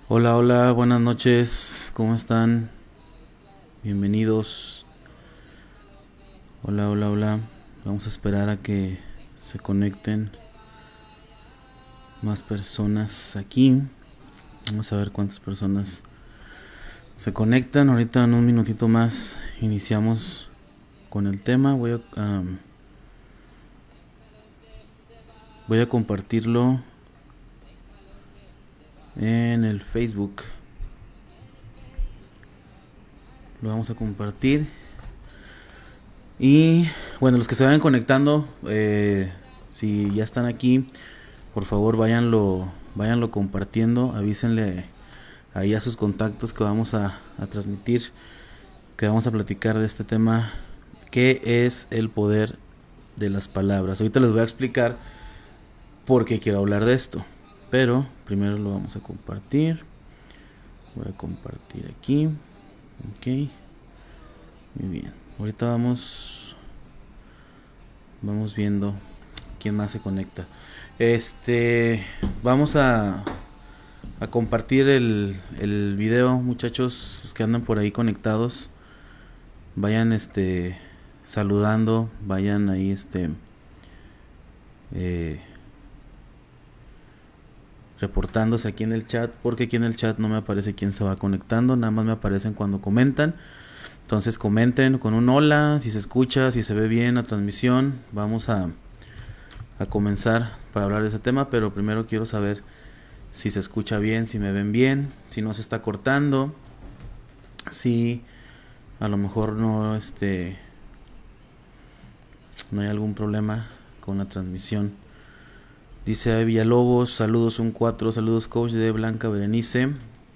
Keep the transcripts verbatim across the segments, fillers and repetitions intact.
Hola, hola, buenas noches, ¿cómo están? Bienvenidos. Hola, hola, hola. Vamos a esperar a que se conecten más personas aquí. Vamos a ver cuántas personas se conectan. Ahorita en un minutito más iniciamos con el tema. Voy a, um, voy a compartirlo en el Facebook. Lo vamos a compartir. Y bueno, los que se vayan conectando, eh, si ya están aquí, por favor váyanlo, váyanlo compartiendo, avísenle ahí a sus contactos que vamos a, a transmitir, que vamos a platicar de este tema, qué es el poder de las palabras. Ahorita les voy a explicar por qué quiero hablar de esto, pero primero lo vamos a compartir. Voy a compartir aquí, ok, muy bien. Ahorita vamos, vamos viendo quién más se conecta. Este, vamos a, a compartir el, el video, muchachos, los que andan por ahí conectados, vayan, este, saludando, vayan ahí, este, eh, reportándose aquí en el chat, porque aquí en el chat no me aparece quién se va conectando, nada más me aparecen cuando comentan. Entonces comenten con un hola, si se escucha, si se ve bien la transmisión. Vamos a, a comenzar para hablar de ese tema, pero primero quiero saber si se escucha bien, si me ven bien, si no se está cortando, si a lo mejor no, este, no hay algún problema con la transmisión. Dice Villalobos, saludos un cuatro, saludos coach de Blanca Berenice.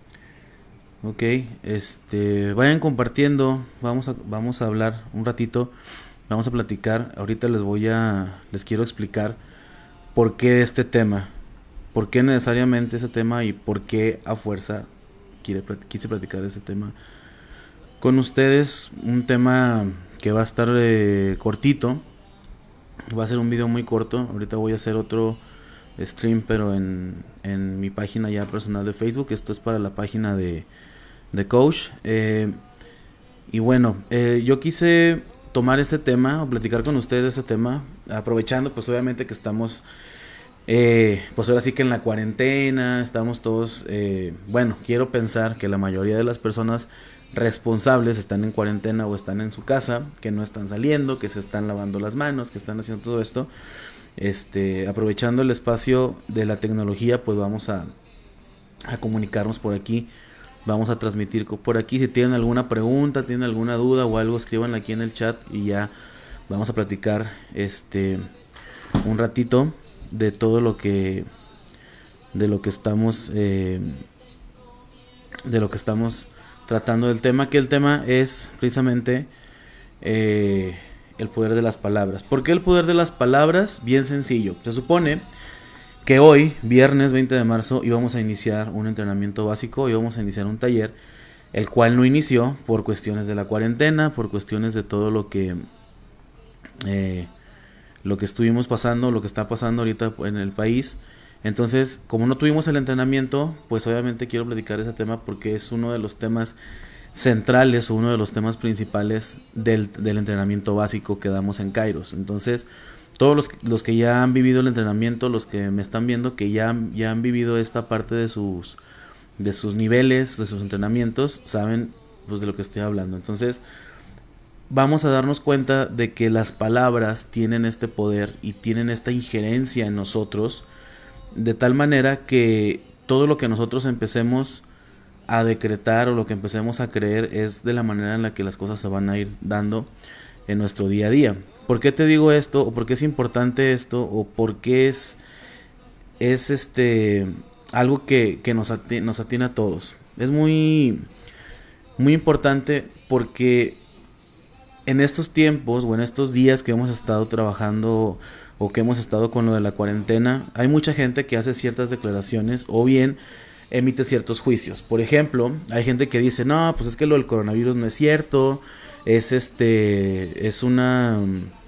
Ok, este, vayan compartiendo, vamos a, vamos a hablar un ratito, vamos a platicar. Ahorita les voy a, les quiero explicar por qué este tema, por qué necesariamente ese tema y por qué a fuerza quiere, quise platicar este tema con ustedes. Un tema que va a estar eh, cortito, va a ser un video muy corto. Ahorita voy a hacer otro stream, pero en, en mi página ya personal de Facebook. Esto es para la página de de coach, eh, y bueno, eh, yo quise tomar este tema o platicar con ustedes de este tema, aprovechando pues obviamente que estamos eh, pues ahora sí que en la cuarentena, estamos todos, eh, bueno, quiero pensar que la mayoría de las personas responsables están en cuarentena o están en su casa, que no están saliendo, que se están lavando las manos, que están haciendo todo esto. Este, aprovechando el espacio de la tecnología, pues vamos a, a comunicarnos por aquí. Vamos a transmitir por aquí. Si tienen alguna pregunta, tienen alguna duda o algo, escriban aquí en el chat y ya vamos a platicar este un ratito de todo lo que de lo que estamos eh, de lo que estamos tratando del tema, que el tema es precisamente eh, el poder de las palabras. ¿Por qué el poder de las palabras? Bien sencillo. Se supone que hoy, viernes veinte de marzo, íbamos a iniciar un entrenamiento básico, íbamos a iniciar un taller, el cual no inició por cuestiones de la cuarentena, por cuestiones de todo lo que eh, lo que estuvimos pasando, lo que está pasando ahorita en el país. Entonces, como no tuvimos el entrenamiento, pues obviamente quiero platicar ese tema porque es uno de los temas centrales o uno de los temas principales del, del entrenamiento básico que damos en Kairos. Entonces, todos los, los que ya han vivido el entrenamiento, los que me están viendo, que ya, ya han vivido esta parte de sus, de sus niveles, de sus entrenamientos, saben pues de lo que estoy hablando. Entonces, vamos a darnos cuenta de que las palabras tienen este poder y tienen esta injerencia en nosotros, de tal manera que todo lo que nosotros empecemos a decretar o lo que empecemos a creer es de la manera en la que las cosas se van a ir dando en nuestro día a día. ¿Por qué te digo esto? ¿O por qué es importante esto? ¿O por qué es, es este, algo que, que nos, atiene, nos atiene a todos? Es muy, muy importante porque en estos tiempos o en estos días que hemos estado trabajando o que hemos estado con lo de la cuarentena, hay mucha gente que hace ciertas declaraciones o bien emite ciertos juicios. Por ejemplo, hay gente que dice, no, pues es que lo del coronavirus no es cierto, es este, es una,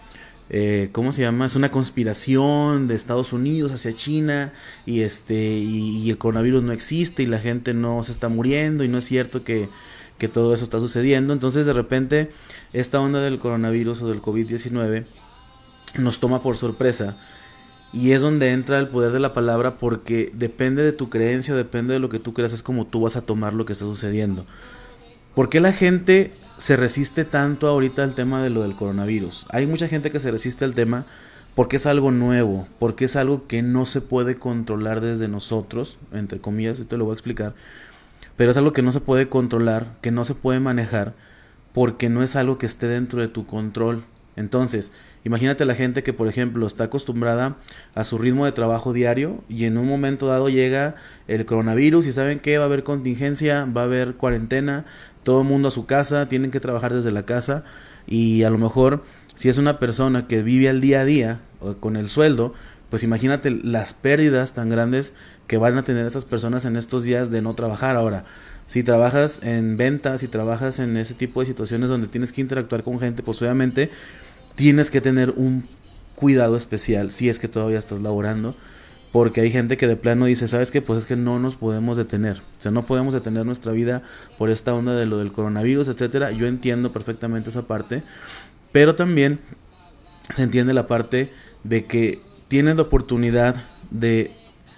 eh, ¿cómo se llama? Es una conspiración de Estados Unidos hacia China y este y, y el coronavirus no existe y la gente no se está muriendo y no es cierto que, que todo eso está sucediendo. Entonces de repente esta onda del coronavirus o del COVID diecinueve nos toma por sorpresa y es donde entra el poder de la palabra, porque depende de tu creencia, depende de lo que tú creas, es como tú vas a tomar lo que está sucediendo. ¿Por qué la gente se resiste tanto ahorita al tema de lo del coronavirus? Hay mucha gente que se resiste al tema porque es algo nuevo, porque es algo que no se puede controlar desde nosotros, entre comillas, y te lo voy a explicar, pero es algo que no se puede controlar, que no se puede manejar, porque no es algo que esté dentro de tu control. Entonces, imagínate la gente que, por ejemplo, está acostumbrada a su ritmo de trabajo diario y en un momento dado llega el coronavirus y saben que va a haber contingencia, va a haber cuarentena, todo el mundo a su casa, tienen que trabajar desde la casa y a lo mejor si es una persona que vive al día a día con el sueldo, pues imagínate las pérdidas tan grandes que van a tener esas personas en estos días de no trabajar. Ahora, si trabajas en ventas, si trabajas en ese tipo de situaciones donde tienes que interactuar con gente, pues obviamente tienes que tener un cuidado especial si es que todavía estás laborando, porque hay gente que de plano dice, ¿sabes qué? Pues es que no nos podemos detener, o sea, no podemos detener nuestra vida por esta onda de lo del coronavirus, etcétera. Yo entiendo perfectamente esa parte, pero también se entiende la parte de que tienes la oportunidad de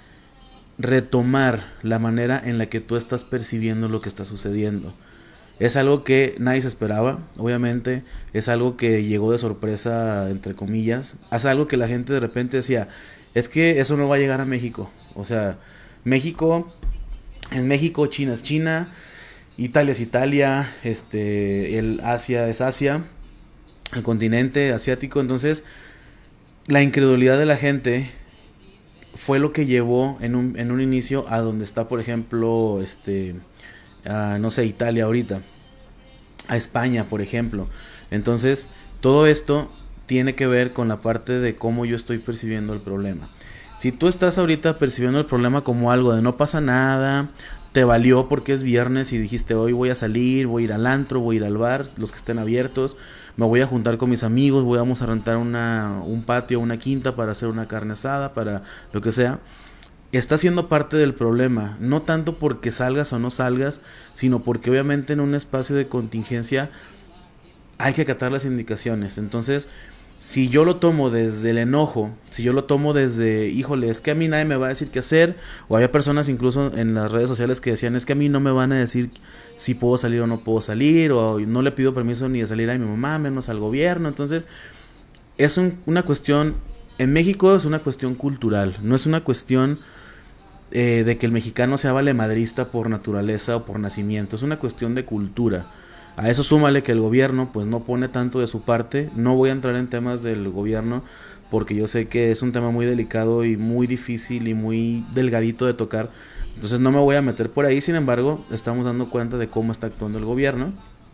retomar la manera en la que tú estás percibiendo lo que está sucediendo. Es algo que nadie se esperaba, obviamente, es algo que llegó de sorpresa, entre comillas, es algo que la gente de repente decía, es que eso no va a llegar a México, o sea, México es México, China es China, Italia es Italia, este, el Asia es Asia, el continente asiático. Entonces la incredulidad de la gente fue lo que llevó en un, en un inicio a donde está, por ejemplo, este, a, no sé, Italia ahorita, a España, por ejemplo. Entonces, todo esto tiene que ver con la parte de cómo yo estoy percibiendo el problema. Si tú estás ahorita percibiendo el problema como algo de no pasa nada, te valió porque es viernes y dijiste hoy voy a salir, voy a ir al antro, voy a ir al bar, los que estén abiertos, me voy a juntar con mis amigos, voy, vamos a rentar una, un patio, una quinta para hacer una carne asada, para lo que sea, está siendo parte del problema, no tanto porque salgas o no salgas, sino porque obviamente en un espacio de contingencia hay que acatar las indicaciones. Entonces, si yo lo tomo desde el enojo, si yo lo tomo desde, híjole, es que a mí nadie me va a decir qué hacer, o había personas incluso en las redes sociales que decían, es que a mí no me van a decir si puedo salir o no puedo salir, o no le pido permiso ni de salir a mi mamá, menos al gobierno. Entonces, es un, una cuestión, en México es una cuestión cultural, no es una cuestión eh, de que el mexicano sea valemadrista por naturaleza o por nacimiento, es una cuestión de cultura. A eso súmale que el gobierno pues no pone tanto de su parte. No voy a entrar en temas del gobierno porque yo sé que es un tema muy delicado y muy difícil y muy delgadito de tocar. Entonces no me voy a meter por ahí. Sin embargo, estamos dando cuenta de cómo está actuando el gobierno.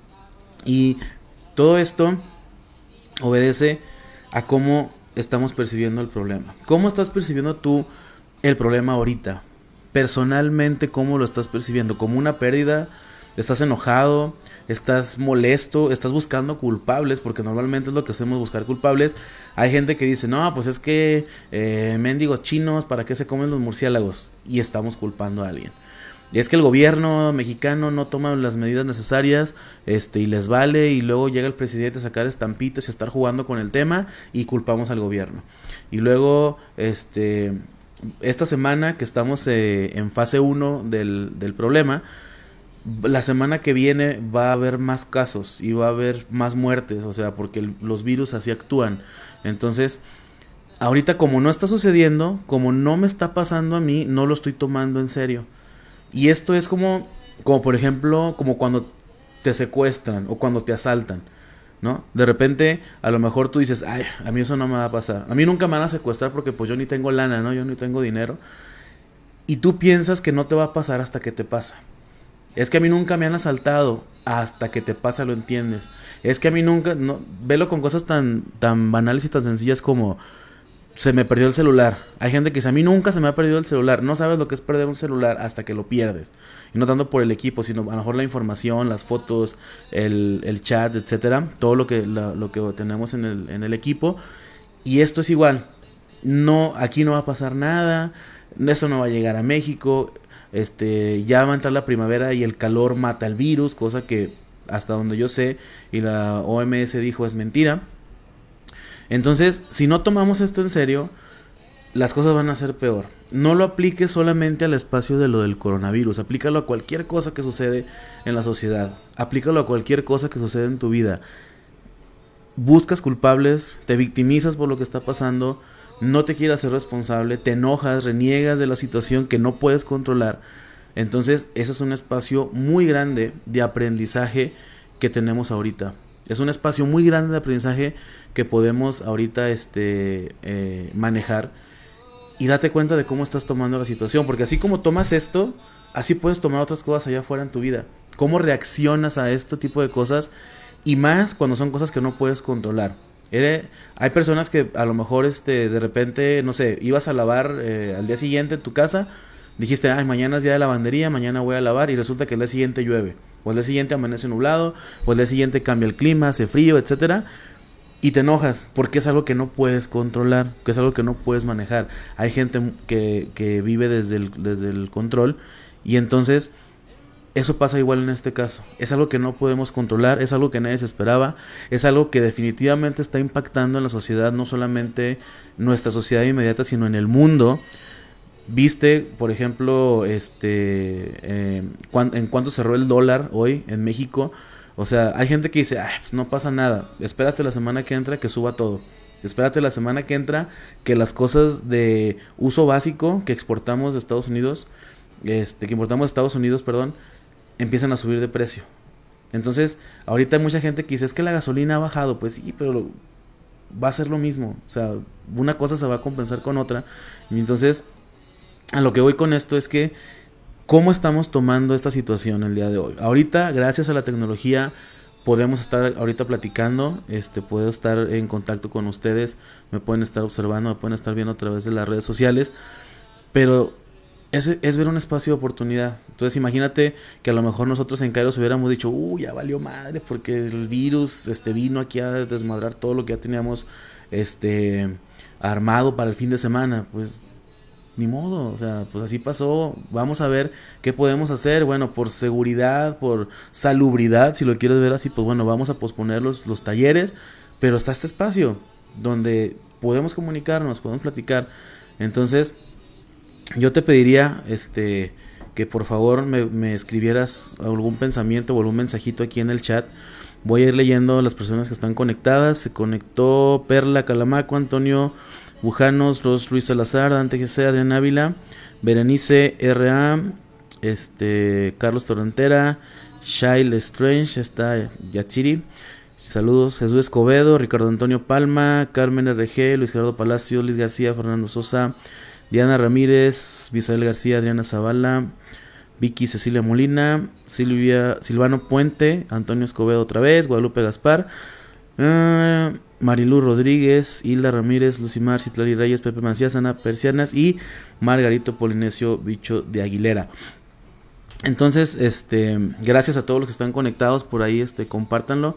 Y todo esto obedece a cómo estamos percibiendo el problema. ¿Cómo estás percibiendo tú el problema ahorita? Personalmente, ¿cómo lo estás percibiendo? ¿Como una pérdida? ¿Estás enojado? ¿Estás molesto? ¿Estás buscando culpables? Porque normalmente es lo que hacemos, buscar culpables. Hay gente que dice, no, pues es que eh, mendigos chinos, ¿para qué se comen los murciélagos? Y estamos culpando a alguien. Y es que el gobierno mexicano no toma las medidas necesarias, este, y les vale, y luego llega el presidente a sacar estampitas y a estar jugando con el tema y culpamos al gobierno. Y luego, este, esta semana que estamos eh, en fase uno del, del problema, la semana que viene va a haber más casos y va a haber más muertes, o sea, porque el, los virus así actúan. Entonces, ahorita como no está sucediendo, como no me está pasando a mí, no lo estoy tomando en serio. Y esto es como, como por ejemplo, como cuando te secuestran o cuando te asaltan, ¿no? De repente, a lo mejor tú dices, ay, a mí eso no me va a pasar. A mí nunca me van a secuestrar porque pues yo ni tengo lana, ¿no? Yo ni tengo dinero. Y tú piensas que no te va a pasar hasta que te pasa. Es que a mí nunca me han asaltado, hasta que te pasa lo entiendes. Es que a mí nunca, no, velo con cosas tan, tan banales y tan sencillas como se me perdió el celular. Hay gente que dice, a mí nunca se me ha perdido el celular. No sabes lo que es perder un celular hasta que lo pierdes. Y no tanto por el equipo, sino a lo mejor la información, las fotos, el, el chat, etcétera. Todo lo que, la, lo que tenemos en el, en el equipo. Y esto es igual, no, aquí no va a pasar nada, eso no va a llegar a México, este, ya va a entrar la primavera y el calor mata el virus, cosa que hasta donde yo sé y la O M S dijo es mentira. Entonces, si no tomamos esto en serio, las cosas van a ser peor. No lo apliques solamente al espacio de lo del coronavirus, aplícalo a cualquier cosa que sucede en la sociedad, aplícalo a cualquier cosa que sucede en tu vida. Buscas culpables, te victimizas por lo que está pasando, no te quieres ser responsable, te enojas, reniegas de la situación que no puedes controlar. Entonces, ese es un espacio muy grande de aprendizaje que tenemos ahorita. Es un espacio muy grande de aprendizaje que podemos ahorita este, eh, manejar. Y date cuenta de cómo estás tomando la situación. Porque así como tomas esto, así puedes tomar otras cosas allá afuera en tu vida. Cómo reaccionas a este tipo de cosas. Y más cuando son cosas que no puedes controlar. Eh, hay personas que a lo mejor este, de repente, no sé, ibas a lavar eh, al día siguiente en tu casa. Dijiste, ay, mañana es día de lavandería, mañana voy a lavar. Y resulta que el día siguiente llueve. O el día siguiente amanece nublado. O el día siguiente cambia el clima, hace frío, etcétera. Y te enojas porque es algo que no puedes controlar, que es algo que no puedes manejar. Hay gente que, que vive desde el, desde el control y entonces eso pasa igual en este caso. Es algo que no podemos controlar, es algo que nadie se esperaba, es algo que definitivamente está impactando en la sociedad, no solamente nuestra sociedad inmediata, sino en el mundo. Viste, por ejemplo, este eh, cuan, en cuánto cerró el dólar hoy en México. O sea, hay gente que dice, ay, pues no pasa nada, espérate la semana que entra que suba todo. Espérate la semana que entra que las cosas de uso básico que exportamos de Estados Unidos, este, que importamos de Estados Unidos, perdón, empiezan a subir de precio. Entonces, ahorita hay mucha gente que dice, es que la gasolina ha bajado. Pues sí, pero lo, va a ser lo mismo. O sea, una cosa se va a compensar con otra. Y entonces, a lo que voy con esto es que ¿cómo estamos tomando esta situación el día de hoy? Ahorita, gracias a la tecnología, podemos estar ahorita platicando, este, puedo estar en contacto con ustedes, me pueden estar observando, me pueden estar viendo a través de las redes sociales, pero es, es ver un espacio de oportunidad. Entonces imagínate que a lo mejor nosotros en Kairos hubiéramos dicho, uh, ya valió madre, porque el virus este, vino aquí a desmadrar todo lo que ya teníamos este, armado para el fin de semana. Pues ni modo, o sea, pues así pasó. Vamos a ver qué podemos hacer. Bueno, por seguridad, por salubridad, si lo quieres ver así, pues bueno, vamos a posponer los, los talleres, pero está este espacio donde podemos comunicarnos, podemos platicar. Entonces, yo te pediría este que por favor me, me escribieras algún pensamiento o algún mensajito aquí en el chat. Voy a ir leyendo las personas que están conectadas. Se conectó Perla Calamaco, Antonio Bujanos, Ros Luis Salazar, Dante G C, Adrián Ávila, Berenice R A, este, Carlos Torrentera, Shail Strange, está Yachiri, saludos, Jesús Escobedo, Ricardo Antonio Palma, Carmen R G, Luis Gerardo Palacio, Luis García, Fernando Sosa, Diana Ramírez, Misael García, Adriana Zavala, Vicky Cecilia Molina, Silvia, Silvano Puente, Antonio Escobedo otra vez, Guadalupe Gaspar, uh, Marilu Rodríguez, Hilda Ramírez, Lucimar, Citlali Reyes, Pepe Macías, Ana Persianas y Margarito Polinesio Bicho de Aguilera. Entonces, este, gracias a todos los que están conectados por ahí, este, compártanlo.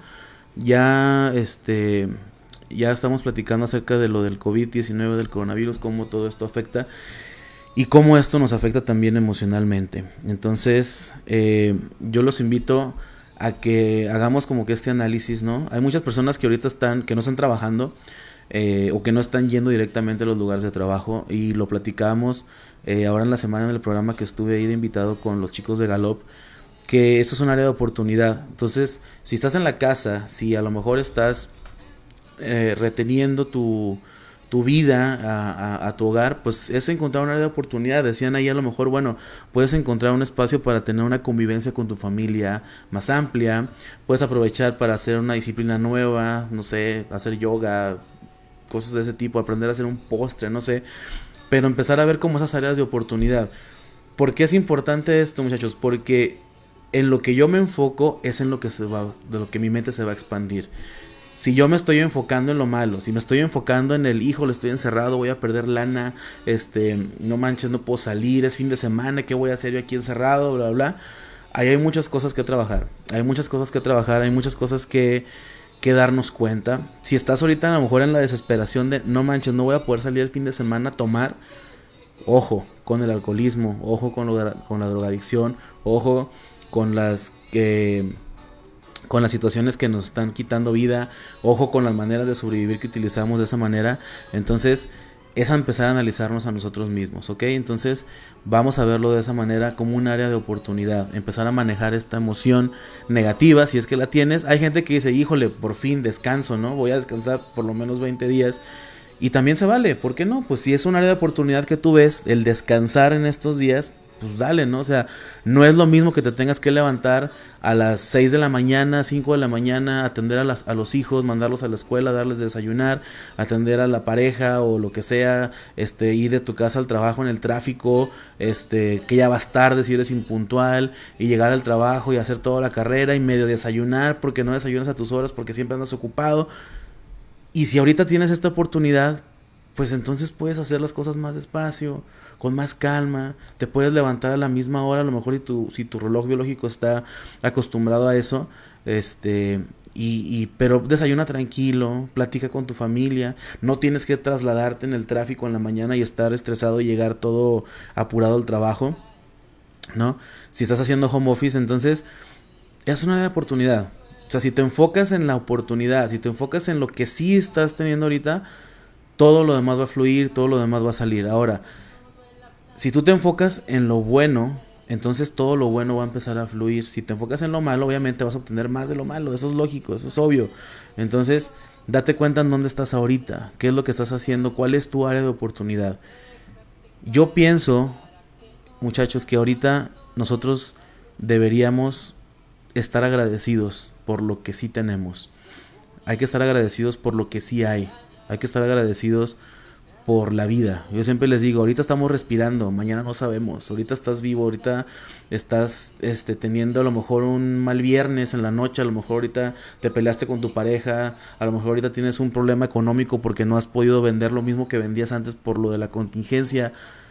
Ya, este, ya estamos platicando acerca de lo del COVID diecinueve, del coronavirus, cómo todo esto afecta y cómo esto nos afecta también emocionalmente. Entonces, eh, yo los invito a que hagamos como que este análisis, ¿no? Hay muchas personas que ahorita están, que no están trabajando eh, o que no están yendo directamente a los lugares de trabajo, y lo platicamos eh, ahora en la semana en el programa que estuve ahí de invitado con los chicos de Gallup, que esto es un área de oportunidad. Entonces, si estás en la casa, si a lo mejor estás eh, reteniendo tu tu vida a, a, a tu hogar, pues es encontrar una área de oportunidad. Decían ahí a lo mejor, bueno, puedes encontrar un espacio para tener una convivencia con tu familia más amplia, puedes aprovechar para hacer una disciplina nueva, no sé, hacer yoga, cosas de ese tipo, aprender a hacer un postre, no sé, pero empezar a ver como esas áreas de oportunidad. ¿Por qué es importante esto, muchachos? Porque en lo que yo me enfoco es en lo que se va, de lo que mi mente se va a expandir. Si yo me estoy enfocando en lo malo, si me estoy enfocando en el hijo, le estoy encerrado, voy a perder lana, este, no manches, no puedo salir, es fin de semana, ¿qué voy a hacer yo aquí encerrado? Bla, bla. Ahí hay muchas cosas que trabajar, hay muchas cosas que trabajar, hay muchas cosas que, que darnos cuenta. Si estás ahorita a lo mejor en la desesperación de no manches, no voy a poder salir el fin de semana a tomar, ojo con el alcoholismo, ojo con, lo, con la drogadicción, ojo con las que... con las situaciones que nos están quitando vida, ojo con las maneras de sobrevivir que utilizamos de esa manera. Entonces es a empezar a analizarnos a nosotros mismos, ¿ok? Entonces vamos a verlo de esa manera como un área de oportunidad, empezar a manejar esta emoción negativa, si es que la tienes. Hay gente que dice, híjole, por fin descanso, ¿no? Voy a descansar por lo menos veinte días. Y también se vale, ¿por qué no? Pues si es un área de oportunidad que tú ves, el descansar en estos días, pues dale, ¿no? O sea, no es lo mismo que te tengas que levantar a las seis de la mañana, cinco de la mañana, atender a, las, a los hijos, mandarlos a la escuela, darles de desayunar, atender a la pareja o lo que sea, este, ir de tu casa al trabajo en el tráfico, este, que ya vas tarde si eres impuntual, y llegar al trabajo y hacer toda la carrera y medio desayunar porque no desayunas a tus horas porque siempre andas ocupado. Y si ahorita tienes esta oportunidad, pues entonces puedes hacer las cosas más despacio, con más calma, te puedes levantar a la misma hora, a lo mejor y tu, si tu reloj biológico está acostumbrado a eso, este, y, y, pero desayuna tranquilo, platica con tu familia, no tienes que trasladarte en el tráfico en la mañana y estar estresado y llegar todo apurado al trabajo, ¿no? Si estás haciendo home office, entonces es una oportunidad. O sea, si te enfocas en la oportunidad, si te enfocas en lo que sí estás teniendo ahorita, todo lo demás va a fluir, todo lo demás va a salir. Ahora, si tú te enfocas en lo bueno, entonces todo lo bueno va a empezar a fluir. Si te enfocas en lo malo, obviamente vas a obtener más de lo malo. Eso es lógico, eso es obvio. Entonces, date cuenta en dónde estás ahorita, qué es lo que estás haciendo, cuál es tu área de oportunidad. Yo pienso, muchachos, que ahorita nosotros deberíamos estar agradecidos por lo que sí tenemos. Hay que estar agradecidos por lo que sí hay. Hay que estar agradecidos por la vida. Yo siempre les digo, ahorita estamos respirando, mañana no sabemos. Ahorita estás vivo, ahorita estás este, teniendo a lo mejor un mal viernes en la noche, a lo mejor ahorita te peleaste con tu pareja, a lo mejor ahorita tienes un problema económico porque no has podido vender lo mismo que vendías antes por lo de la contingencia.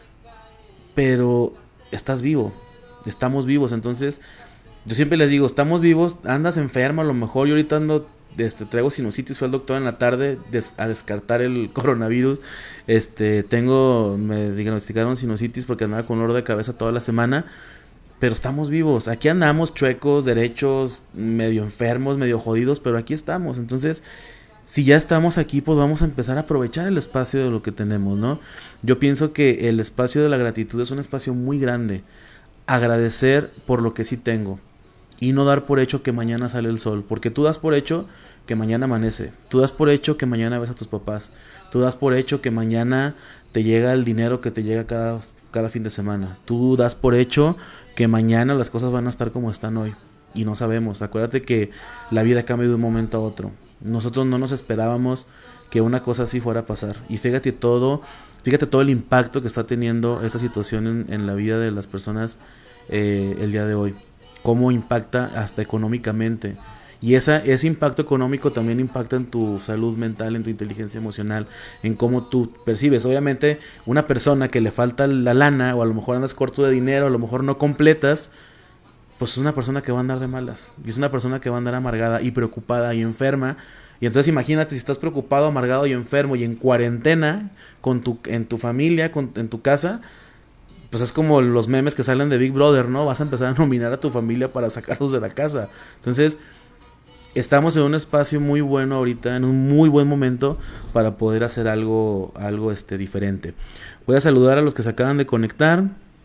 Pero estás vivo, estamos vivos. Entonces, yo siempre les digo, estamos vivos, andas enfermo a lo mejor, yo ahorita ando... Este, traigo sinusitis, fui al doctor en la tarde des, a descartar el coronavirus. Este, tengo, me diagnosticaron sinusitis porque andaba con dolor de cabeza toda la semana. Pero estamos vivos, aquí andamos chuecos, derechos, medio enfermos, medio jodidos, pero aquí estamos. Entonces, si ya estamos aquí, pues vamos a empezar a aprovechar el espacio de lo que tenemos, ¿no? Yo pienso que el espacio de la gratitud es un espacio muy grande. Agradecer por lo que sí tengo. Y no dar por hecho que mañana sale el sol. Porque tú das por hecho que mañana amanece. Tú das por hecho que mañana ves a tus papás. Tú das por hecho que mañana te llega el dinero que te llega cada, cada fin de semana. Tú das por hecho que mañana las cosas van a estar como están hoy. Y no sabemos. Acuérdate que la vida cambia de un momento a otro. Nosotros no nos esperábamos que una cosa así fuera a pasar. Y fíjate todo, fíjate todo el impacto que está teniendo esta situación en, en la vida de las personas eh, el día de hoy. Cómo impacta hasta económicamente. Y esa, ese impacto económico también impacta en tu salud mental, en tu inteligencia emocional, en cómo tú percibes. Obviamente, una persona que le falta la lana, o a lo mejor andas corto de dinero, a lo mejor no completas, pues es una persona que va a andar de malas. Y es una persona que va a andar amargada y preocupada y enferma. Y entonces imagínate si estás preocupado, amargado y enfermo y en cuarentena con tu, en tu familia, con, en tu casa. Pues es como los memes que salen de Big Brother, ¿no? Vas a empezar a nominar a tu familia para sacarlos de la casa. Entonces, estamos en un espacio muy bueno ahorita, en un muy buen momento para poder hacer algo, algo este, diferente. Voy a saludar a los que se acaban de conectar.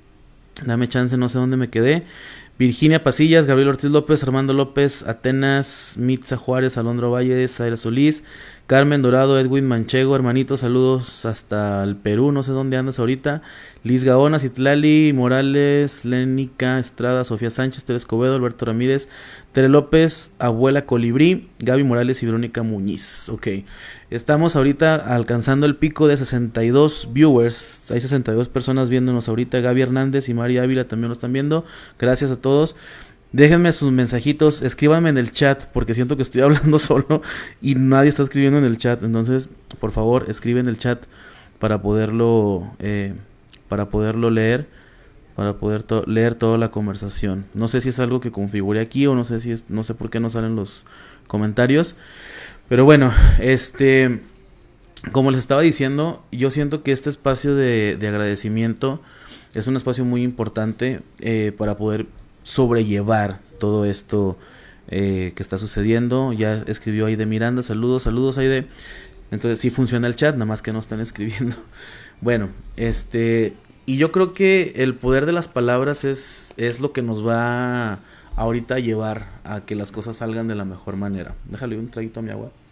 Dame chance, no sé dónde me quedé. Virginia Pasillas, Gabriel Ortiz López, Armando López, Atenas, Mitza Juárez, Alondro Valles, Zaira Solís, Carmen Dorado, Edwin Manchego, hermanito, saludos hasta el Perú, no sé dónde andas ahorita. Liz Gaona, Citlali, Morales, Lénica Estrada, Sofía Sánchez, Tere Escobedo, Alberto Ramírez, Tere López, Abuela Colibrí, Gaby Morales y Verónica Muñiz. Ok, estamos ahorita alcanzando el pico de sesenta y dos viewers, hay sesenta y dos personas viéndonos ahorita. Gaby Hernández y María Ávila también lo están viendo, gracias a todos. Déjenme sus mensajitos, escríbanme en el chat porque siento que estoy hablando solo y nadie está escribiendo en el chat. Entonces, por favor, escribe en el chat para poderlo, eh, para poderlo leer. para poder to- leer toda la conversación. No sé si es algo que configure aquí o no sé si es, no sé por qué no salen los comentarios. Pero bueno, este, como les estaba diciendo, yo siento que este espacio de, de agradecimiento es un espacio muy importante eh, para poder sobrellevar todo esto eh, que está sucediendo. Ya escribió Aide Miranda, saludos, saludos Aide. Entonces sí funciona el chat, nada más que no están escribiendo. Bueno, este, y yo creo que el poder de las palabras es, es lo que nos va ahorita a llevar a que las cosas salgan de la mejor manera. Déjale un traguito a mi agua.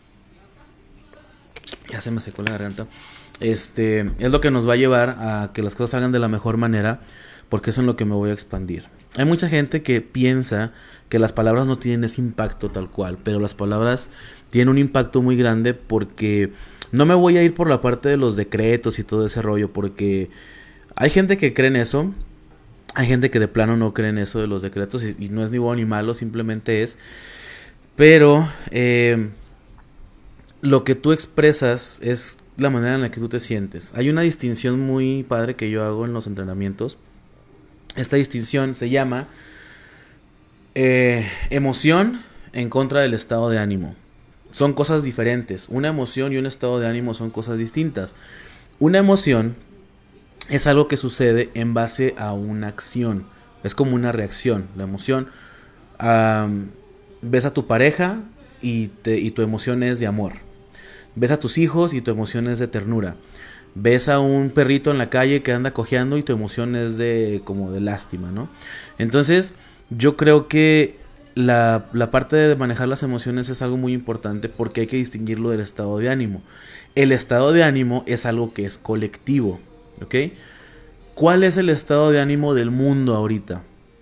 Ya se me secó la garganta. Este, es lo que nos va a llevar a que las cosas salgan de la mejor manera, porque es en lo que me voy a expandir. Hay mucha gente que piensa que las palabras no tienen ese impacto tal cual, pero las palabras tienen un impacto muy grande, porque no me voy a ir por la parte de los decretos y todo ese rollo, porque hay gente que cree en eso, hay gente que de plano no cree en eso de los decretos, y, y no es ni bueno ni malo, simplemente es, pero eh, lo que tú expresas es la manera en la que tú te sientes. Hay una distinción muy padre que yo hago en los entrenamientos. Esta distinción se llama eh, emoción en contra del estado de ánimo. Son cosas diferentes. Una emoción y un estado de ánimo son cosas distintas. Una emoción es algo que sucede en base a una acción. Es como una reacción. La emoción, um, ves a tu pareja y, te, y tu emoción es de amor. Ves a tus hijos y tu emoción es de ternura. Ves a un perrito en la calle que anda cojeando y tu emoción es de como de lástima, ¿no? Entonces, yo creo que la, la parte de manejar las emociones es algo muy importante, porque hay que distinguirlo del estado de ánimo. El estado de ánimo es algo que es colectivo, ¿ok? ¿Cuál es el estado de ánimo del mundo ahorita?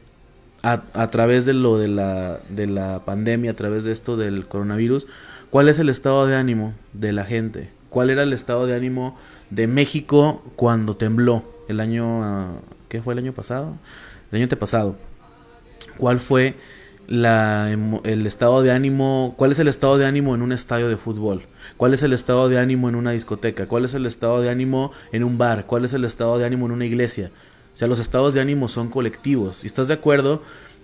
A, a través de lo de la, de la pandemia, a través de esto del coronavirus, ¿cuál es el estado de ánimo de la gente? ¿Cuál era el estado de ánimo de México cuando tembló el año, uh, ¿qué fue el año pasado? El año antepasado. ¿Cuál fue la, el estado de ánimo? ¿Cuál es el estado de ánimo en un estadio de fútbol? ¿Cuál es el estado de ánimo en una discoteca? ¿Cuál es el estado de ánimo en un bar? ¿Cuál es el estado de ánimo en una iglesia? O sea, los estados de ánimo son colectivos. ¿Y estás de acuerdo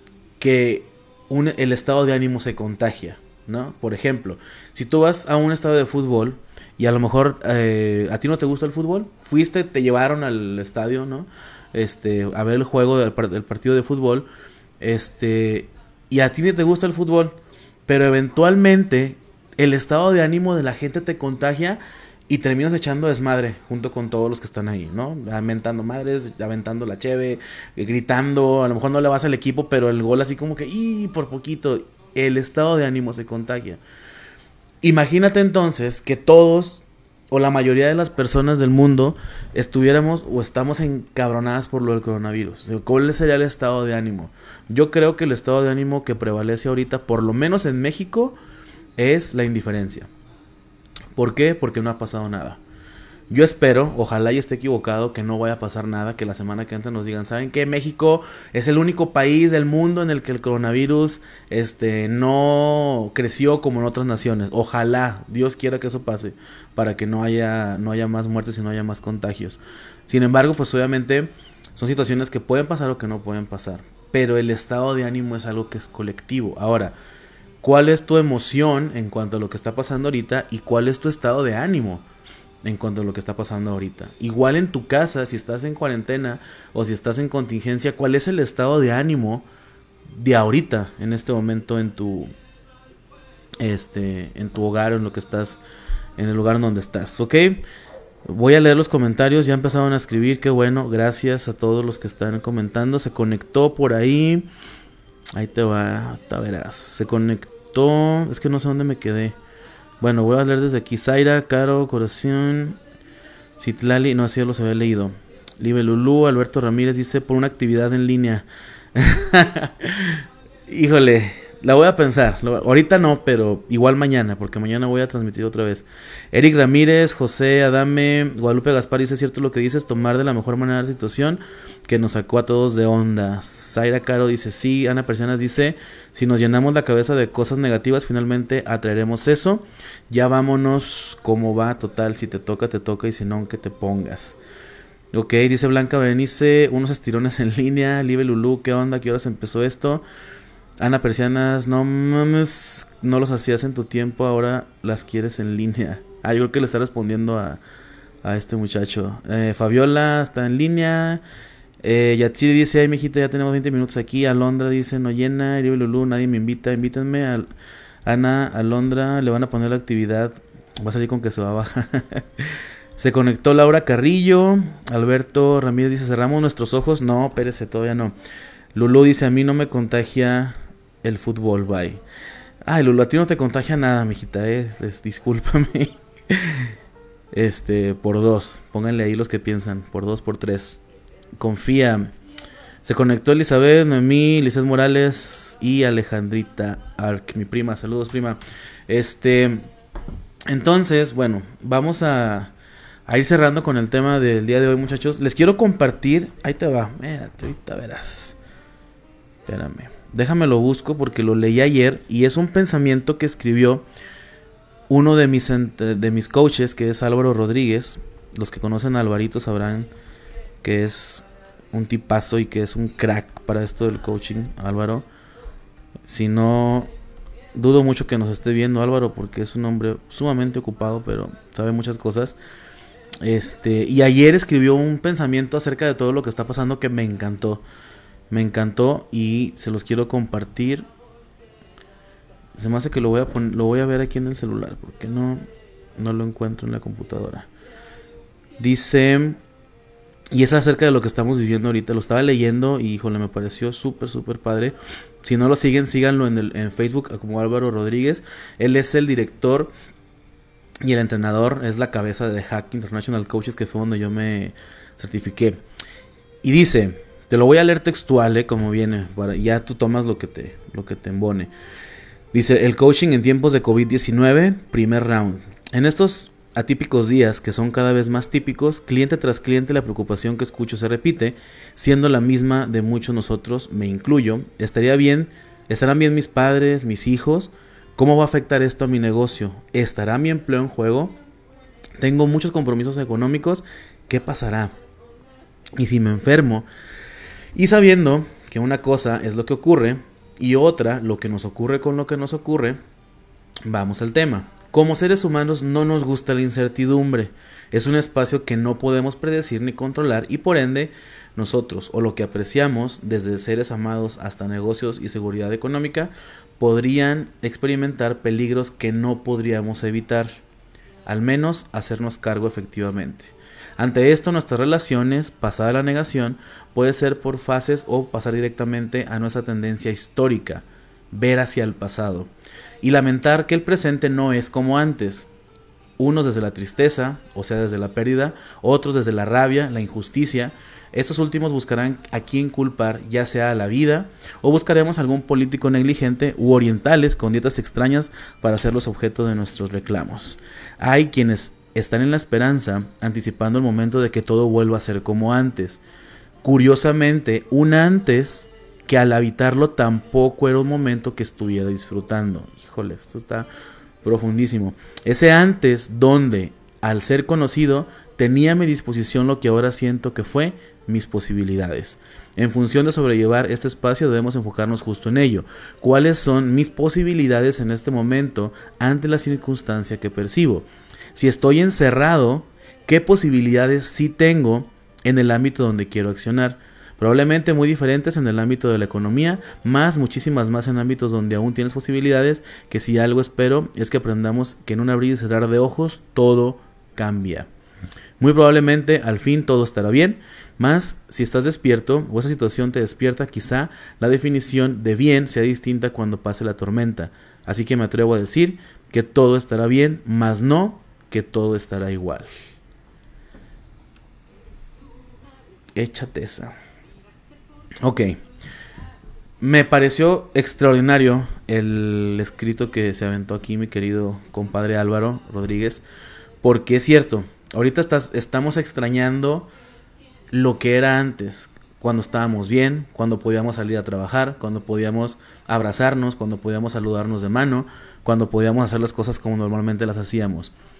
que un, el estado de ánimo se contagia, ¿no? Por ejemplo, si tú vas a un estadio de fútbol y a lo mejor eh, a ti no te gusta el fútbol, fuiste, te llevaron al estadio, ¿no? Este, a ver el juego del, del partido de fútbol, este, y a ti no te gusta el fútbol, pero eventualmente el estado de ánimo de la gente te contagia y terminas echando desmadre junto con todos los que están ahí, ¿no? Aventando madres, aventando la cheve, gritando, a lo mejor no le vas al equipo, pero el gol así como que, ¡y! Por poquito, el estado de ánimo se contagia. Imagínate entonces que todos o la mayoría de las personas del mundo estuviéramos o estamos encabronadas por lo del coronavirus. ¿Cuál sería el estado de ánimo? Yo creo que el estado de ánimo que prevalece ahorita, por lo menos en México, es la indiferencia. ¿Por qué? Porque no ha pasado nada. Yo espero, ojalá y esté equivocado, que no vaya a pasar nada, que la semana que entra nos digan, ¿saben qué? México es el único país del mundo en el que el coronavirus este, no creció como en otras naciones. Ojalá, Dios quiera que eso pase, para que no haya, no haya más muertes y no haya más contagios. Sin embargo, pues obviamente son situaciones que pueden pasar o que no pueden pasar. Pero el estado de ánimo es algo que es colectivo. Ahora, ¿cuál es tu emoción en cuanto a lo que está pasando ahorita? ¿Y cuál es tu estado de ánimo en cuanto a lo que está pasando ahorita? Igual en tu casa, si estás en cuarentena o si estás en contingencia, ¿cuál es el estado de ánimo de ahorita, en este momento, en tu este, en tu hogar o en lo que estás, en el lugar donde estás? ¿Ok? Voy a leer los comentarios, ya empezaron a escribir, qué bueno, gracias a todos los que están comentando. Se conectó por ahí, ahí te va, te verás, se conectó, es que no sé dónde me quedé. Bueno, voy a leer desde aquí. Zaira, Caro, Corazón, Citlali, no, así ya los había leído. Libe Lulú, Alberto Ramírez dice, por una actividad en línea. Híjole, la voy a pensar. Ahorita no, pero igual mañana, porque mañana voy a transmitir otra vez. Eric Ramírez, José Adame, Guadalupe Gaspar dice, cierto lo que dices, tomar de la mejor manera la situación que nos sacó a todos de onda. Zaira Caro dice, sí. Ana Persianas dice, si nos llenamos la cabeza de cosas negativas, finalmente atraeremos eso. Ya vámonos, cómo va, total, si te toca, te toca, y si no, que te pongas. Ok, dice Blanca Berenice, unos estirones en línea. Live Lulú, ¿qué onda? ¿Qué horas empezó esto? Ana Persianas, no mames, no los hacías en tu tiempo, ahora las quieres en línea. Ah, yo creo que le está respondiendo a, a este muchacho. Eh, Fabiola está en línea. Eh, Yatsiri dice, ay, mijita, ya tenemos veinte minutos aquí. Alondra dice, no llena. Live Lulú, nadie me invita, invítenme. A Ana, Alondra, le van a poner la actividad. Va a salir con que se va a bajar. Se conectó Laura Carrillo. Alberto Ramírez dice, cerramos nuestros ojos. No, espérese, todavía no. Lulú dice, a mí no me contagia el fútbol, bye. Ay, Lulú, a ti no te contagia nada, mijita, eh. Les, discúlpame. Este, por dos. Pónganle ahí los que piensan. Por dos, por tres. Confía. Se conectó Elizabeth, Noemí, Lizeth Morales y Alejandrita Arc, mi prima. Saludos, prima. Este, entonces, bueno, vamos a, a ir cerrando con el tema del día de hoy, muchachos. Les quiero compartir. Ahí te va. Mírate, ahorita verás. Espérame. Déjame lo busco porque lo leí ayer y es un pensamiento que escribió uno de mis, de mis coaches, que es Álvaro Rodríguez. Los que conocen a Alvarito sabrán que es un tipazo y que es un crack para esto del coaching, Álvaro. Si no, dudo mucho que nos esté viendo Álvaro porque es un hombre sumamente ocupado, pero sabe muchas cosas. Este, y ayer escribió un pensamiento acerca de todo lo que está pasando que me encantó. Me encantó y se los quiero compartir. Se me hace que lo voy a poner, lo voy a ver aquí en el celular porque no, no lo encuentro en la computadora. Dice, y es acerca de lo que estamos viviendo ahorita. Lo estaba leyendo y híjole, me pareció súper, súper padre. Si no lo siguen, síganlo en, el, en Facebook como Álvaro Rodríguez. Él es el director y el entrenador, es la cabeza de Hack International Coaches, que fue donde yo me certifiqué. Y dice, te lo voy a leer textual, eh, como viene, para, ya tú tomas lo que te, lo que te embone. Dice, el coaching en tiempos de COVID diecinueve, primer round. En estos atípicos días, que son cada vez más típicos, cliente tras cliente la preocupación que escucho se repite, siendo la misma de muchos nosotros, me incluyo. Estaría bien, estarán bien mis padres, mis hijos. ¿Cómo va a afectar esto a mi negocio? ¿Estará mi empleo en juego? Tengo muchos compromisos económicos. ¿Qué pasará? Y si me enfermo, y sabiendo que una cosa es lo que ocurre y otra lo que nos ocurre con lo que nos ocurre, vamos al tema. Como seres humanos no nos gusta la incertidumbre. Es un espacio que no podemos predecir ni controlar y por ende nosotros o lo que apreciamos, desde seres amados hasta negocios y seguridad económica, podrían experimentar peligros que no podríamos evitar, al menos hacernos cargo efectivamente. Ante esto, nuestras relaciones, pasada la negación, puede ser por fases o pasar directamente a nuestra tendencia histórica, ver hacia el pasado, y lamentar que el presente no es como antes. Unos desde la tristeza, o sea desde la pérdida, otros desde la rabia, la injusticia. Estos últimos buscarán a quién culpar, ya sea a la vida, o buscaremos algún político negligente u orientales con dietas extrañas para hacerlos objeto de nuestros reclamos. Hay quienes están en la esperanza, anticipando el momento de que todo vuelva a ser como antes. Curiosamente, un antes que al habitarlo tampoco era un momento que estuviera disfrutando. Híjole, esto está profundísimo. Ese antes donde, al ser conocido, tenía a mi disposición lo que ahora siento que fue mis posibilidades. En función de sobrellevar este espacio debemos enfocarnos justo en ello. ¿Cuáles son mis posibilidades en este momento ante la circunstancia que percibo? Si estoy encerrado, ¿qué posibilidades sí tengo en el ámbito donde quiero accionar? Probablemente muy diferentes en el ámbito de la economía, más muchísimas más en ámbitos donde aún tienes posibilidades, que si algo espero es que aprendamos que en un abrir y cerrar de ojos todo cambia. Muy probablemente al fin todo estará bien, más si estás despierto o esa situación te despierta, quizá la definición de bien sea distinta cuando pase la tormenta. Así que me atrevo a decir que todo estará bien, más no que todo estará igual. Échate esa. Ok. Me pareció extraordinario el escrito que se aventó aquí mi querido compadre Álvaro Rodríguez, porque es cierto, ahorita estás, estamos extrañando lo que era antes, cuando estábamos bien, cuando podíamos salir a trabajar, cuando podíamos abrazarnos, cuando podíamos saludarnos de mano, cuando podíamos hacer las cosas como normalmente las hacíamos.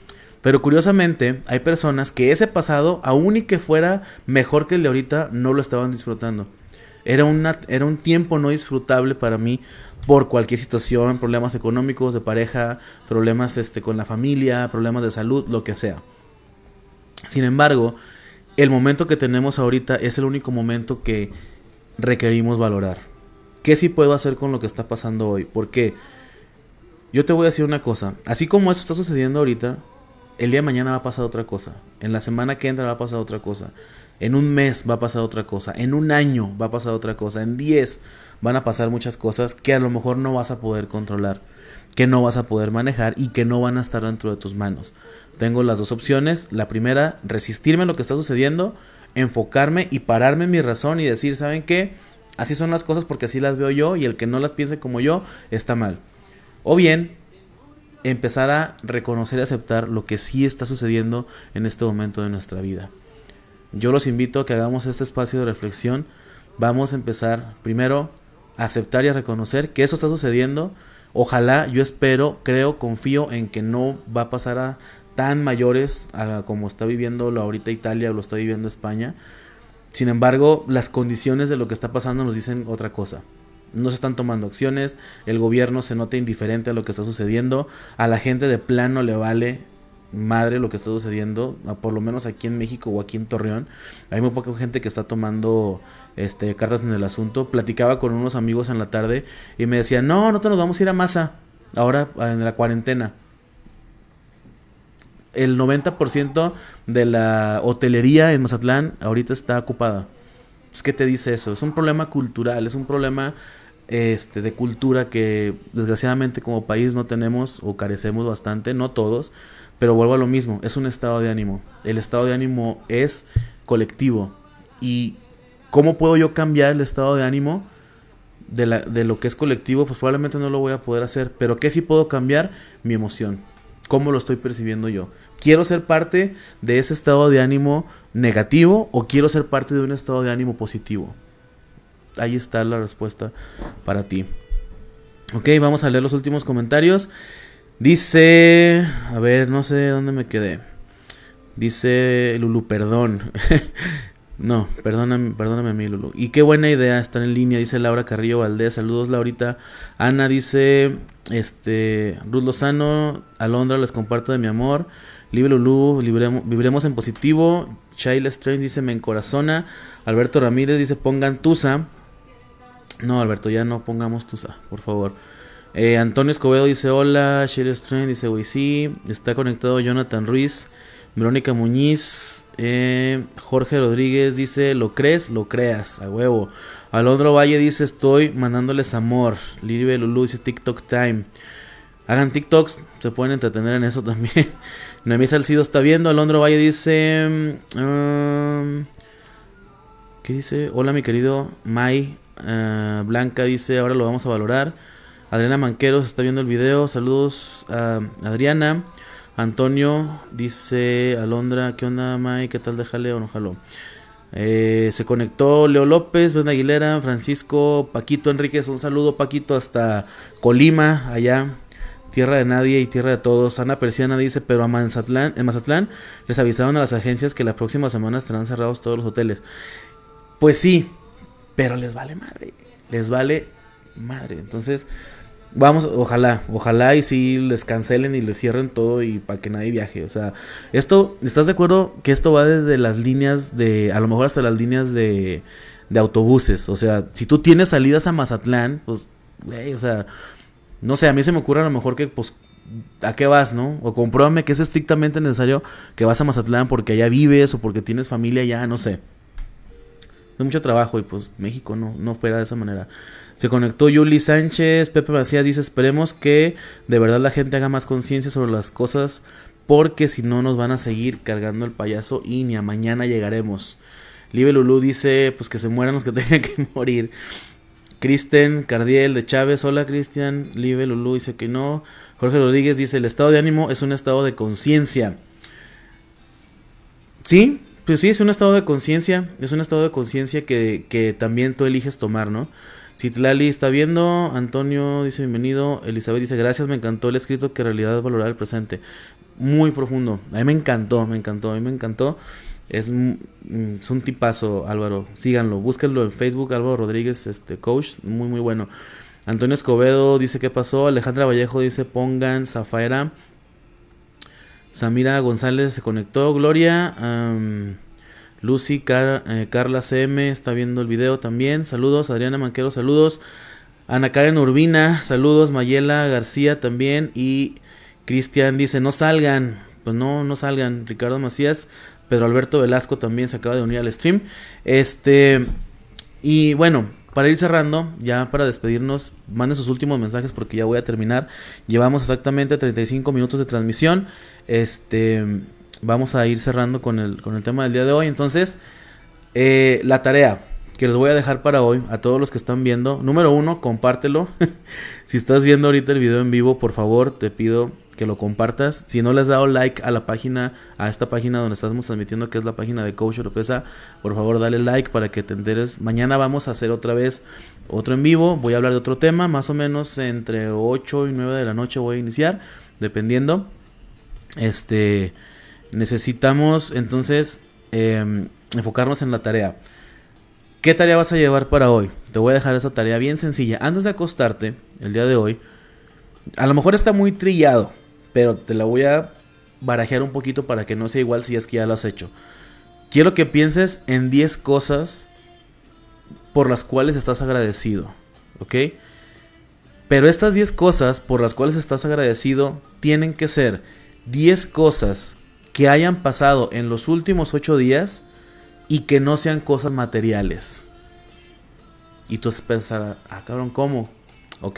Pero curiosamente, hay personas que ese pasado, aun y que fuera mejor que el de ahorita, no lo estaban disfrutando. Era, una, era un tiempo no disfrutable para mí por cualquier situación, problemas económicos, de pareja, problemas este, con la familia, problemas de salud, lo que sea. Sin embargo, el momento que tenemos ahorita es el único momento que requerimos valorar. ¿Qué sí puedo hacer con lo que está pasando hoy? Porque yo te voy a decir una cosa, así como eso está sucediendo ahorita, el día de mañana va a pasar otra cosa, en la semana que entra va a pasar otra cosa, en un mes va a pasar otra cosa, en un año va a pasar otra cosa, en diez van a pasar muchas cosas que a lo mejor no vas a poder controlar, que no vas a poder manejar y que no van a estar dentro de tus manos. Tengo las dos opciones. La primera, resistirme a lo que está sucediendo, enfocarme y pararme en mi razón y decir, ¿saben qué? Así son las cosas porque así las veo yo y el que no las piense como yo está mal. O bien, empezar a reconocer y aceptar lo que sí está sucediendo en este momento de nuestra vida. Yo los invito a que hagamos este espacio de reflexión. Vamos a empezar primero a aceptar y a reconocer que eso está sucediendo. Ojalá, yo espero, creo, confío en que no va a pasar a tan mayores a como está viviendo ahorita Italia o lo está viviendo España. Sin embargo, las condiciones de lo que está pasando nos dicen otra cosa. No se están tomando acciones, el gobierno se nota indiferente a lo que está sucediendo, a la gente de plano le vale madre lo que está sucediendo, por lo menos aquí en México o aquí en Torreón. Hay muy poca gente que está tomando este, cartas en el asunto. Platicaba con unos amigos en la tarde y me decían, no, no te nos vamos a ir a Maza, ahora en la cuarentena. El noventa por ciento de la hotelería en Mazatlán ahorita está ocupada. ¿Qué te dice eso? Es un problema cultural, es un problema este, de cultura que desgraciadamente como país no tenemos o carecemos bastante, no todos, pero vuelvo a lo mismo, es un estado de ánimo. El estado de ánimo es colectivo. ¿Y cómo puedo yo cambiar el estado de ánimo de, la, de lo que es colectivo? Pues probablemente no lo voy a poder hacer, pero ¿qué sí puedo cambiar? Mi emoción. ¿Cómo lo estoy percibiendo yo? ¿Quiero ser parte de ese estado de ánimo negativo o quiero ser parte de un estado de ánimo positivo? Ahí está la respuesta para ti. Ok, vamos a leer los últimos comentarios. Dice, a ver, no sé dónde me quedé. Dice Lulu, perdón. No, perdóname, perdóname a mí, Lulu. Y qué buena idea estar en línea, dice Laura Carrillo Valdés. Saludos, Laurita. Ana dice, este, Ruth Lozano, Alondra, les comparto de mi amor. Libre Lulu, libremos, viviremos en positivo. Shaila Strange dice, me encorazona. Alberto Ramírez dice, pongan Tusa. No, Alberto, ya no pongamos Tusa, por favor. Eh, Antonio Escobedo dice, hola. Shaila Strange dice, güey, sí. Está conectado Jonathan Ruiz. Verónica Muñiz, eh, Jorge Rodríguez dice, ¿lo crees? Lo creas, a huevo. Alondro Valle dice, estoy mandándoles amor. Libre Lulu dice, TikTok time. Hagan TikToks, se pueden entretener en eso también. Noemí Salcido está viendo. Alondro Valle dice, um, ¿qué dice? Hola mi querido May. uh, Blanca dice, ahora lo vamos a valorar. Adriana Manqueros está viendo el video. Saludos a Adriana. Antonio dice, Alondra, ¿qué onda, May? ¿Qué tal? Déjale o no jaló. Eh, se conectó Leo López, Brenda Aguilera, Francisco, Paquito Enríquez. Un saludo, Paquito, hasta Colima, allá, tierra de nadie y tierra de todos. Ana Persiana dice, pero a Mazatlán, en Mazatlán les avisaron a las agencias que la próxima semana estarán cerrados todos los hoteles. Pues sí, pero les vale madre, les vale madre. Entonces, vamos, ojalá, ojalá y si les cancelen y les cierren todo y para que nadie viaje. O sea, esto, ¿estás de acuerdo que esto va desde las líneas de, a lo mejor hasta las líneas de, de autobuses? O sea, si tú tienes salidas a Mazatlán, pues, güey, o sea, no sé, a mí se me ocurre a lo mejor que, pues, ¿a qué vas, no? O compruébame que es estrictamente necesario que vas a Mazatlán porque allá vives o porque tienes familia allá, no sé. Es mucho trabajo y pues México no, no opera de esa manera. Se conectó Yuli Sánchez. Pepe Macías dice, esperemos que de verdad la gente haga más conciencia sobre las cosas, porque si no nos van a seguir cargando el payaso y ni a mañana llegaremos. Libe Lulú dice, pues que se mueran los que tengan que morir. Kristen Cardiel de Chávez, hola Cristian. Libe Lulú dice que no. Jorge Rodríguez dice, el estado de ánimo es un estado de conciencia. Sí, pues sí, es un estado de conciencia. Es un estado de conciencia que, que también tú eliges tomar, ¿no? Citlali está viendo. Antonio dice bienvenido. Elizabeth dice gracias, me encantó el escrito, que en realidad es valorar el presente. muy profundo. A mí me encantó, me encantó, a mí me encantó. Es, es un tipazo, Álvaro. Síganlo, búsquenlo en Facebook, Álvaro Rodríguez, este coach, muy muy bueno. Antonio Escobedo dice qué pasó. Alejandra Vallejo dice pongan Zafaira. Samira González se conectó. Gloria, um, Lucy, Car eh, Carla C M está viendo el video también. Saludos. Adriana Manquero, saludos. Ana Karen Urbina, saludos. Mayela García también. Y Cristian dice no salgan. Pues no, no salgan. Ricardo Macías. Pedro Alberto Velasco también se acaba de unir al stream. Este. Y bueno, para ir cerrando, ya para despedirnos, manden sus últimos mensajes porque ya voy a terminar. Llevamos exactamente treinta y cinco minutos de transmisión. Este. Vamos a ir cerrando con el, con el tema del día de hoy. Entonces, eh, la tarea que les voy a dejar para hoy a todos los que están viendo. Número uno, compártelo. Si estás viendo ahorita el video en vivo, por favor, te pido que lo compartas. Si no le has dado like a la página, a esta página donde estamos transmitiendo, que es la página de Coach Oropesa, por favor dale like para que te enteres. Mañana vamos a hacer otra vez otro en vivo. Voy a hablar de otro tema, más o menos entre ocho y nueve de la noche voy a iniciar, dependiendo. Este, necesitamos entonces eh, enfocarnos en la tarea. ¿Qué tarea vas a llevar para hoy? Te voy a dejar esa tarea bien sencilla. Antes de acostarte, el día de hoy, a lo mejor está muy trillado, pero te la voy a barajear un poquito para que no sea igual si es que ya lo has hecho. Quiero que pienses en diez cosas por las cuales estás agradecido, ¿ok? Pero estas diez cosas por las cuales estás agradecido tienen que ser diez cosas que hayan pasado en los últimos ocho días y que no sean cosas materiales. Y tú pensarás, ah, cabrón, ¿cómo? Ok.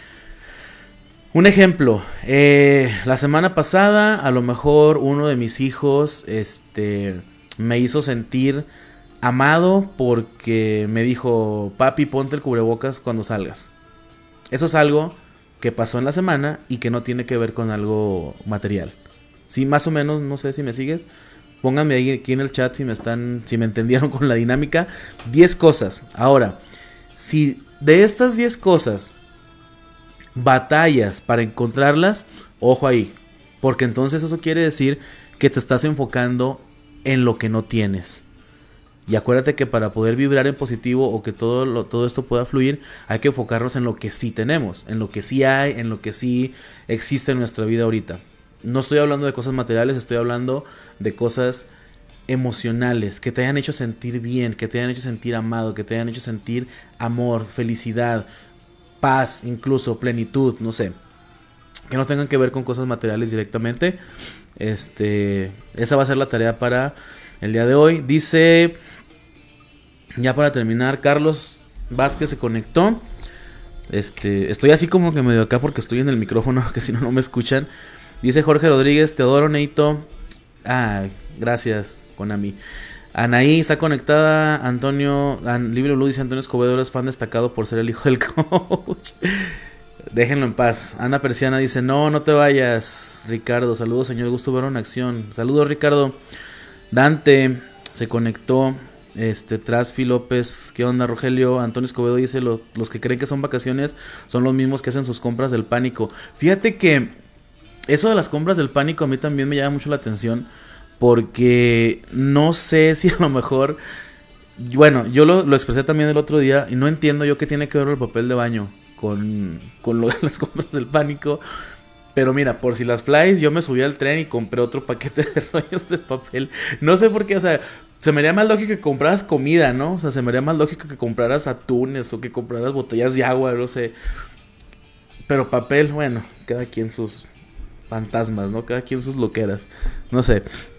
Un ejemplo, eh, la semana pasada a lo mejor uno de mis hijos este, me hizo sentir amado porque me dijo, papi, ponte el cubrebocas cuando salgas. Eso es algo que pasó en la semana y que no tiene que ver con algo material. Sí, más o menos, no sé si me sigues. Pónganme ahí aquí en el chat si me están, si me entendieron con la dinámica. diez cosas. Ahora, si de estas diez cosas batallas para encontrarlas, ojo ahí, porque entonces eso quiere decir que te estás enfocando en lo que no tienes. Y acuérdate que para poder vibrar en positivo o que todo, lo, todo esto pueda fluir, hay que enfocarnos en lo que sí tenemos, en lo que sí hay, en lo que sí existe en nuestra vida ahorita. No estoy hablando de cosas materiales, estoy hablando de cosas emocionales, que te hayan hecho sentir bien, que te hayan hecho sentir amado, que te hayan hecho sentir amor, felicidad, paz, incluso plenitud, no sé, que no tengan que ver con cosas materiales directamente. Este, esa va a ser la tarea para el día de hoy. Dice, ya para terminar, Carlos Vázquez se conectó. Este, estoy así como que medio acá porque estoy en el micrófono, que si no, no me escuchan. Dice Jorge Rodríguez, te adoro, Neito. Ah, gracias, Konami. Anaí está conectada. Antonio, An, Libre Blue dice Antonio Escobedo es fan destacado por ser el hijo del coach. Déjenlo en paz. Ana Persiana dice, no, no te vayas. Ricardo, saludos, señor, gusto verlo en acción. Saludos, Ricardo. Dante se conectó. Este, Trasfi López, ¿qué onda, Rogelio? Antonio Escobedo dice, lo, los que creen que son vacaciones son los mismos que hacen sus compras del pánico. Fíjate que eso de las compras del pánico a mí también me llama mucho la atención, porque no sé si a lo mejor, bueno, yo lo, lo expresé también el otro día y no entiendo yo qué tiene que ver el papel de baño con, con lo de las compras del pánico. Pero mira, por si las flies, yo me subí al tren y compré otro paquete de rollos de papel. No sé por qué, o sea, se me haría más lógico que compraras comida, ¿no? O sea, se me haría más lógico que compraras atunes o que compraras botellas de agua, no sé. Pero papel, bueno, cada quien sus fantasmas, ¿no? Cada quien sus loqueras. No sé.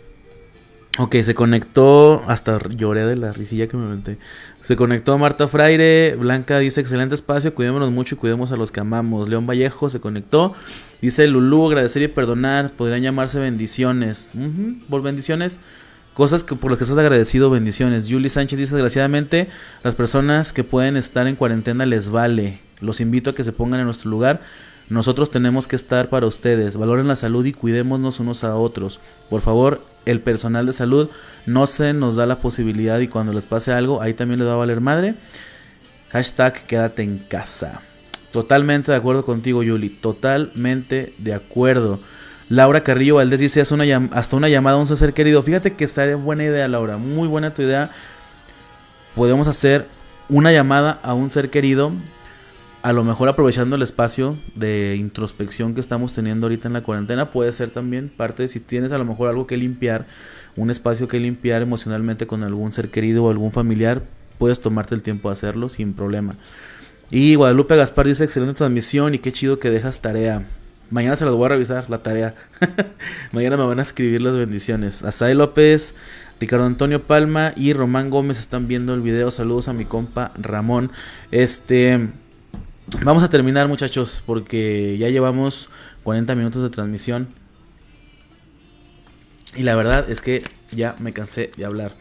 Ok, se conectó. Hasta lloré de la risilla que me aventé. Se conectó Marta Fraire. Blanca dice, excelente espacio, cuidémonos mucho y cuidemos a los que amamos. León Vallejo se conectó. Dice Lulú, agradecer y perdonar. Podrían llamarse bendiciones. Uh-huh, por bendiciones. Cosas que por las que estás agradecido, bendiciones. Julie Sánchez dice, desgraciadamente, las personas que pueden estar en cuarentena les vale. Los invito a que se pongan en nuestro lugar. Nosotros tenemos que estar para ustedes. Valoren la salud y cuidémonos unos a otros. Por favor, el personal de salud no se nos da la posibilidad y cuando les pase algo, ahí también les va a valer madre. Hashtag quédate en casa. Totalmente de acuerdo contigo, Yuli. Totalmente de acuerdo. Laura Carrillo Valdés dice, hasta una, llam- hasta una llamada a un ser querido. Fíjate que estaría buena idea, Laura, muy buena tu idea. Podemos hacer una llamada a un ser querido, a lo mejor aprovechando el espacio de introspección que estamos teniendo ahorita en la cuarentena. Puede ser también parte de si tienes a lo mejor algo que limpiar, un espacio que limpiar emocionalmente con algún ser querido o algún familiar, puedes tomarte el tiempo de hacerlo sin problema. Y Guadalupe Gaspar dice, excelente transmisión y qué chido que dejas tarea. Mañana se las voy a revisar, la tarea. Mañana me van a escribir las bendiciones. Asai López, Ricardo Antonio Palma y Román Gómez están viendo el video. Saludos a mi compa Ramón. Este, vamos a terminar, muchachos, porque ya llevamos cuarenta minutos de transmisión. Y la verdad es que ya me cansé de hablar.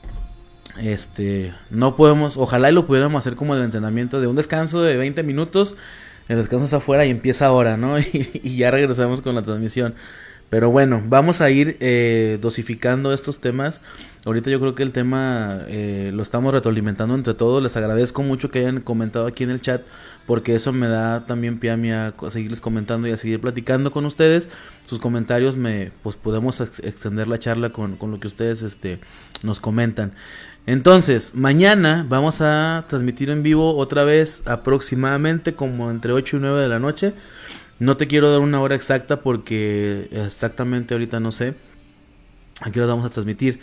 Este, no podemos, ojalá y lo pudiéramos hacer como el entrenamiento de un descanso de veinte minutos. El descanso está afuera y empieza ahora, ¿no? Y, y ya regresamos con la transmisión. Pero bueno, vamos a ir eh, dosificando estos temas. Ahorita yo creo que el tema eh, lo estamos retroalimentando entre todos. Les agradezco mucho que hayan comentado aquí en el chat, porque eso me da también pie a mí a seguirles comentando y a seguir platicando con ustedes. Sus comentarios me, pues podemos ex extender la charla con, con lo que ustedes este, nos comentan. Entonces, mañana vamos a transmitir en vivo otra vez aproximadamente como entre ocho y nueve de la noche. No te quiero dar una hora exacta porque exactamente ahorita no sé a qué hora vamos a transmitir.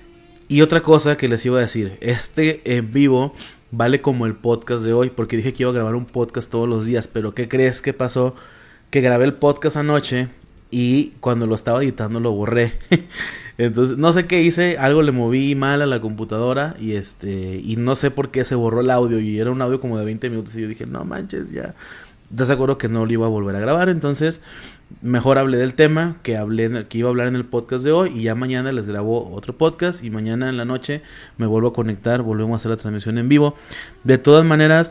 Y otra cosa que les iba a decir, este en vivo vale como el podcast de hoy, porque dije que iba a grabar un podcast todos los días, pero ¿qué crees que pasó? Que grabé el podcast anoche y cuando lo estaba editando lo borré. Entonces, no sé qué hice, algo le moví mal a la computadora y este y no sé por qué se borró el audio y era un audio como de veinte minutos y yo dije, no manches, ya. Entonces acuerdo que no lo iba a volver a grabar, entonces mejor hablé del tema que hablé que iba a hablar en el podcast de hoy y ya mañana les grabo otro podcast y mañana en la noche me vuelvo a conectar, volvemos a hacer la transmisión en vivo. De todas maneras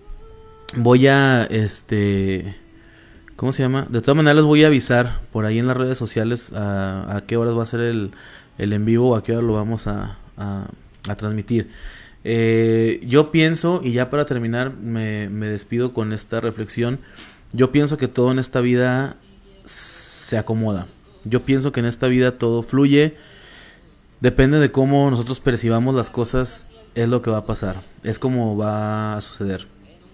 voy a este ¿cómo se llama? De todas maneras les voy a avisar por ahí en las redes sociales a, a qué horas va a ser el, el en vivo o a qué hora lo vamos a, a, a transmitir. Eh, yo pienso, y ya para terminar me, me despido con esta reflexión, yo pienso que todo en esta vida se acomoda. Yo pienso que en esta vida todo fluye. Depende de cómo nosotros percibamos las cosas, es lo que va a pasar, es como va a suceder.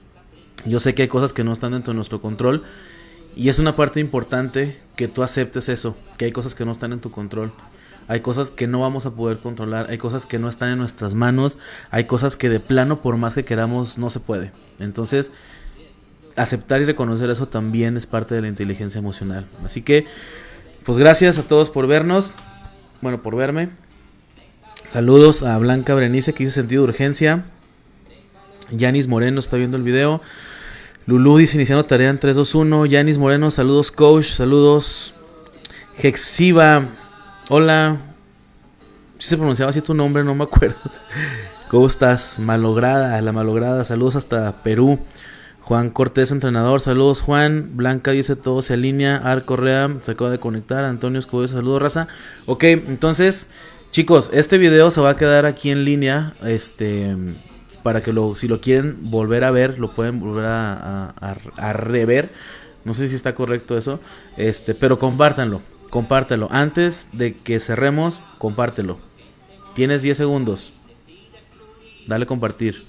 Yo sé que hay cosas que no están dentro de nuestro control y es una parte importante que tú aceptes eso, que hay cosas que no están en tu control. Hay cosas que no vamos a poder controlar, hay cosas que no están en nuestras manos, hay cosas que de plano por más que queramos no se puede. Entonces, aceptar y reconocer eso también es parte de la inteligencia emocional. Así que, pues gracias a todos por vernos, bueno, por verme. Saludos a Blanca Berenice que hizo sentido de urgencia. Yanis Moreno está viendo el video. Lulú dice iniciando tarea en tres, dos, uno. Yanis Moreno, saludos coach, saludos. Hexiva, hola. Si se pronunciaba así tu nombre, no me acuerdo. ¿Cómo estás? Malograda, la malograda, saludos hasta Perú. Juan Cortés, entrenador, saludos Juan. Blanca dice todo se alinea. Ar Correa se acaba de conectar. Antonio Escobedo, saludos raza. Ok, entonces chicos, este video se va a quedar aquí en línea. Este... para que lo, si lo quieren volver a ver, lo pueden volver a, a, a rever. No sé si está correcto eso. Este, pero compártanlo, compártelo. Antes de que cerremos, compártelo. Tienes diez segundos. Dale compartir.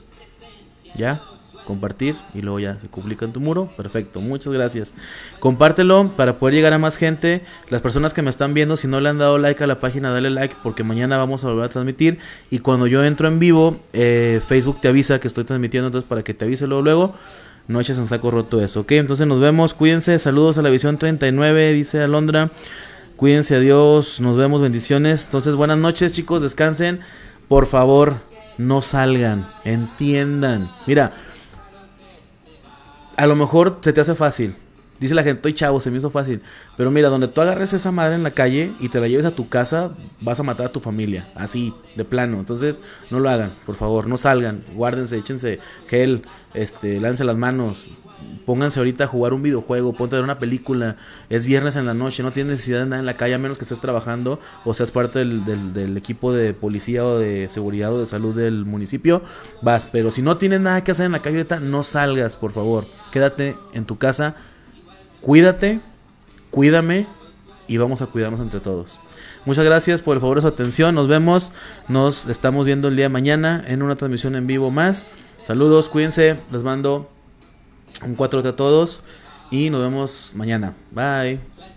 ¿Ya? Compartir y luego ya se publica en tu muro. Perfecto, muchas gracias. Compártelo para poder llegar a más gente. Las personas que me están viendo, si no le han dado like a la página, dale like porque mañana vamos a volver a transmitir. Y cuando yo entro en vivo, eh, Facebook te avisa que estoy transmitiendo, entonces para que te avise luego luego, no eches en saco roto eso. Ok, entonces nos vemos, cuídense, saludos a la visión treinta y nueve, dice Alondra. Cuídense, adiós, nos vemos, bendiciones. Entonces buenas noches chicos, descansen. Por favor, no salgan, entiendan. Mira, a lo mejor se te hace fácil. Dice la gente, estoy chavo, se me hizo fácil. Pero mira, donde tú agarres esa madre en la calle y te la lleves a tu casa, vas a matar a tu familia. Así, de plano. Entonces, no lo hagan, por favor. No salgan, guárdense, échense gel, este, láncense las manos. Pónganse ahorita a jugar un videojuego, ponte a ver una película. Es viernes en la noche, no tienes necesidad de andar en la calle a menos que estés trabajando o seas parte del, del, del equipo de policía o de seguridad o de salud del municipio. Vas, pero si no tienes nada que hacer en la calle ahorita, no salgas, por favor. Quédate en tu casa, cuídate, cuídame y vamos a cuidarnos entre todos. Muchas gracias por el favor de su atención. Nos vemos. Nos estamos viendo el día de mañana en una transmisión en vivo más. Saludos, cuídense. Les mando un cuatro a todos y nos vemos mañana. Bye.